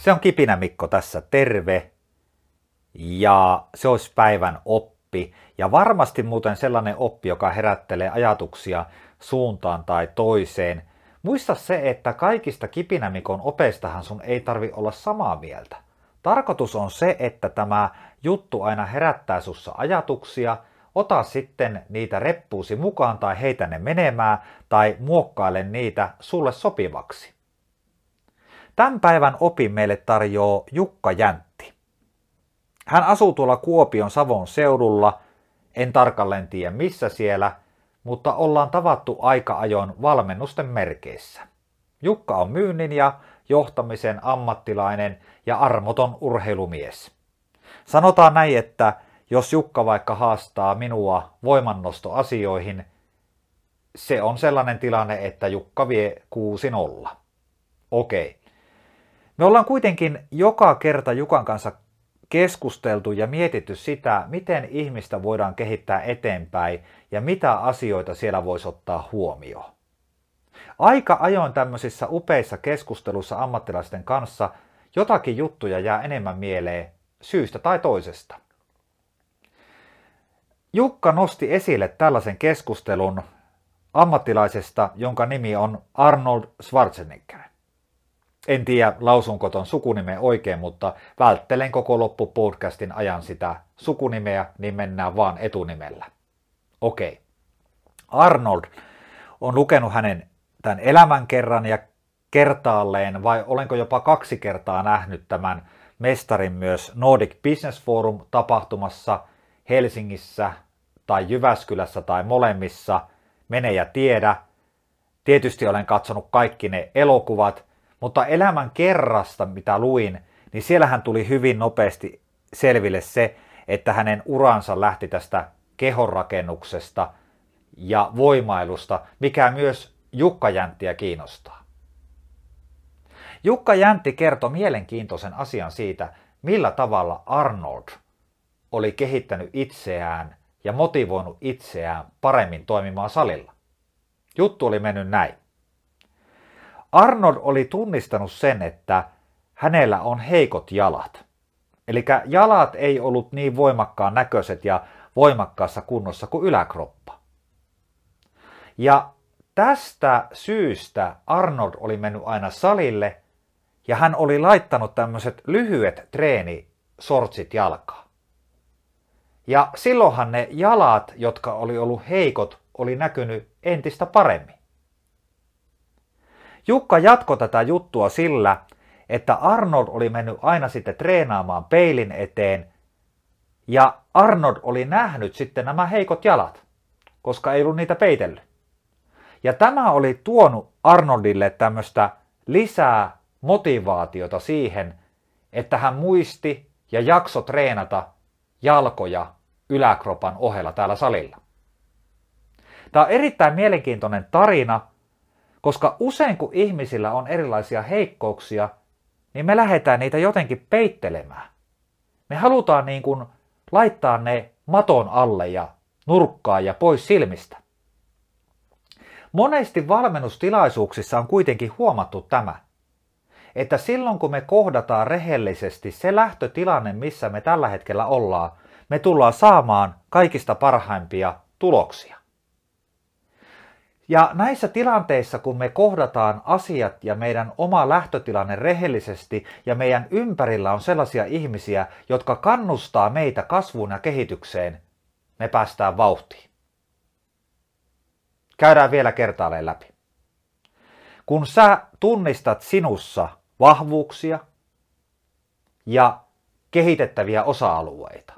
Se on Kipinä Mikko tässä, terve. Ja se olisi päivän oppi. Ja varmasti muuten sellainen oppi, joka herättelee ajatuksia suuntaan tai toiseen. Muista se, että kaikista Kipinä Mikon opeistahan sun ei tarvi olla samaa mieltä. Tarkoitus on se, että tämä juttu aina herättää sussa ajatuksia. Ota sitten niitä reppuusi mukaan tai heitä ne menemään tai muokkaile niitä sulle sopivaksi. Tämän päivän opin meille tarjoaa Jukka Jäntti. Hän asuu tuolla Kuopion Savon seudulla, en tarkalleen tiedä missä siellä, mutta ollaan tavattu aika ajoin valmennusten merkeissä. Jukka on myynnin ja johtamisen ammattilainen ja armoton urheilumies. Sanotaan näin, että jos Jukka vaikka haastaa minua voimannostoasioihin, se on sellainen tilanne, että Jukka vie 6-0. Okei. Me ollaan kuitenkin joka kerta Jukan kanssa keskusteltu ja mietitty sitä, miten ihmistä voidaan kehittää eteenpäin ja mitä asioita siellä voisi ottaa huomioon. Aika ajoin tämmöisissä upeissa keskusteluissa ammattilaisten kanssa jotakin juttuja jää enemmän mieleen syystä tai toisesta. Jukka nosti esille tällaisen keskustelun ammattilaisesta, jonka nimi on Arnold Schwarzenegger. En tiedä, lausunko ton sukunimen oikein, mutta välttelen koko loppupodcastin ajan sitä sukunimeä, niin mennään vaan etunimellä. Okei. Arnold on lukenut hänen tämän elämänkerran ja kertaalleen, vai olenko jopa 2 kertaa nähnyt tämän mestarin myös Nordic Business Forum -tapahtumassa Helsingissä tai Jyväskylässä tai molemmissa. Mene ja tiedä. Tietysti olen katsonut kaikki ne elokuvat, mutta elämän kerrasta, mitä luin, niin siellähän tuli hyvin nopeasti selville se, että hänen uransa lähti tästä kehonrakennuksesta ja voimailusta, mikä myös Jukka Jänttiä kiinnostaa. Jukka Jäntti kertoi mielenkiintoisen asian siitä, millä tavalla Arnold oli kehittänyt itseään ja motivoinut itseään paremmin toimimaan salilla. Juttu oli mennyt näin. Arnold oli tunnistanut sen, että hänellä on heikot jalat. Eli jalat ei ollut niin voimakkaan näköiset ja voimakkaassa kunnossa kuin yläkroppa. Ja tästä syystä Arnold oli mennyt aina salille ja hän oli laittanut tämmöiset lyhyet treenisortsit jalkaan. Ja silloinhan ne jalat, jotka oli ollut heikot, oli näkynyt entistä paremmin. Jukka jatkoi tätä juttua sillä, että Arnold oli mennyt aina sitten treenaamaan peilin eteen ja Arnold oli nähnyt sitten nämä heikot jalat, koska ei ollut niitä peitellyt. Ja tämä oli tuonut Arnoldille tämmöistä lisää motivaatiota siihen, että hän muisti ja jaksoi treenata jalkoja yläkropan ohella täällä salilla. Tämä on erittäin mielenkiintoinen tarina, koska usein kun ihmisillä on erilaisia heikkouksia, niin me lähdetään niitä jotenkin peittelemään. Me halutaan niin kuin laittaa ne maton alle ja nurkkaan ja pois silmistä. Monesti valmennustilaisuuksissa on kuitenkin huomattu tämä, että silloin kun me kohdataan rehellisesti se lähtötilanne, missä me tällä hetkellä ollaan, me tullaan saamaan kaikista parhaimpia tuloksia. Ja näissä tilanteissa, kun me kohdataan asiat ja meidän oma lähtötilanne rehellisesti ja meidän ympärillä on sellaisia ihmisiä, jotka kannustaa meitä kasvuun ja kehitykseen, me päästään vauhtiin. Käydään vielä kertaalleen läpi. Kun sä tunnistat sinussa vahvuuksia ja kehitettäviä osa-alueita,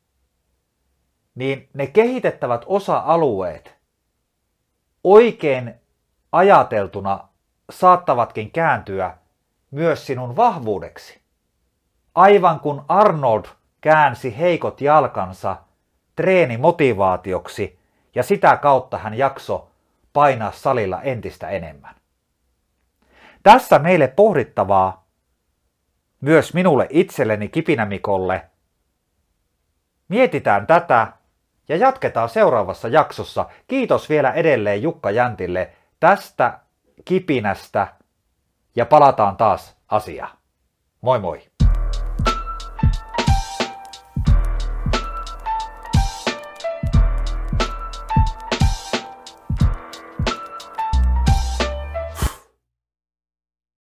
niin ne kehitettävät osa-alueet oikein ajateltuna saattavatkin kääntyä myös sinun vahvuudeksi. Aivan kun Arnold käänsi heikot jalkansa treenimotivaatioksi ja sitä kautta hän jaksoi painaa salilla entistä enemmän. Tässä meille pohdittavaa myös minulle itselleni Kipinä Mikolle. Mietitään tätä ja jatketaan seuraavassa jaksossa. Kiitos vielä edelleen Jukka Jäntille tästä kipinästä ja palataan taas asiaan. Moi moi!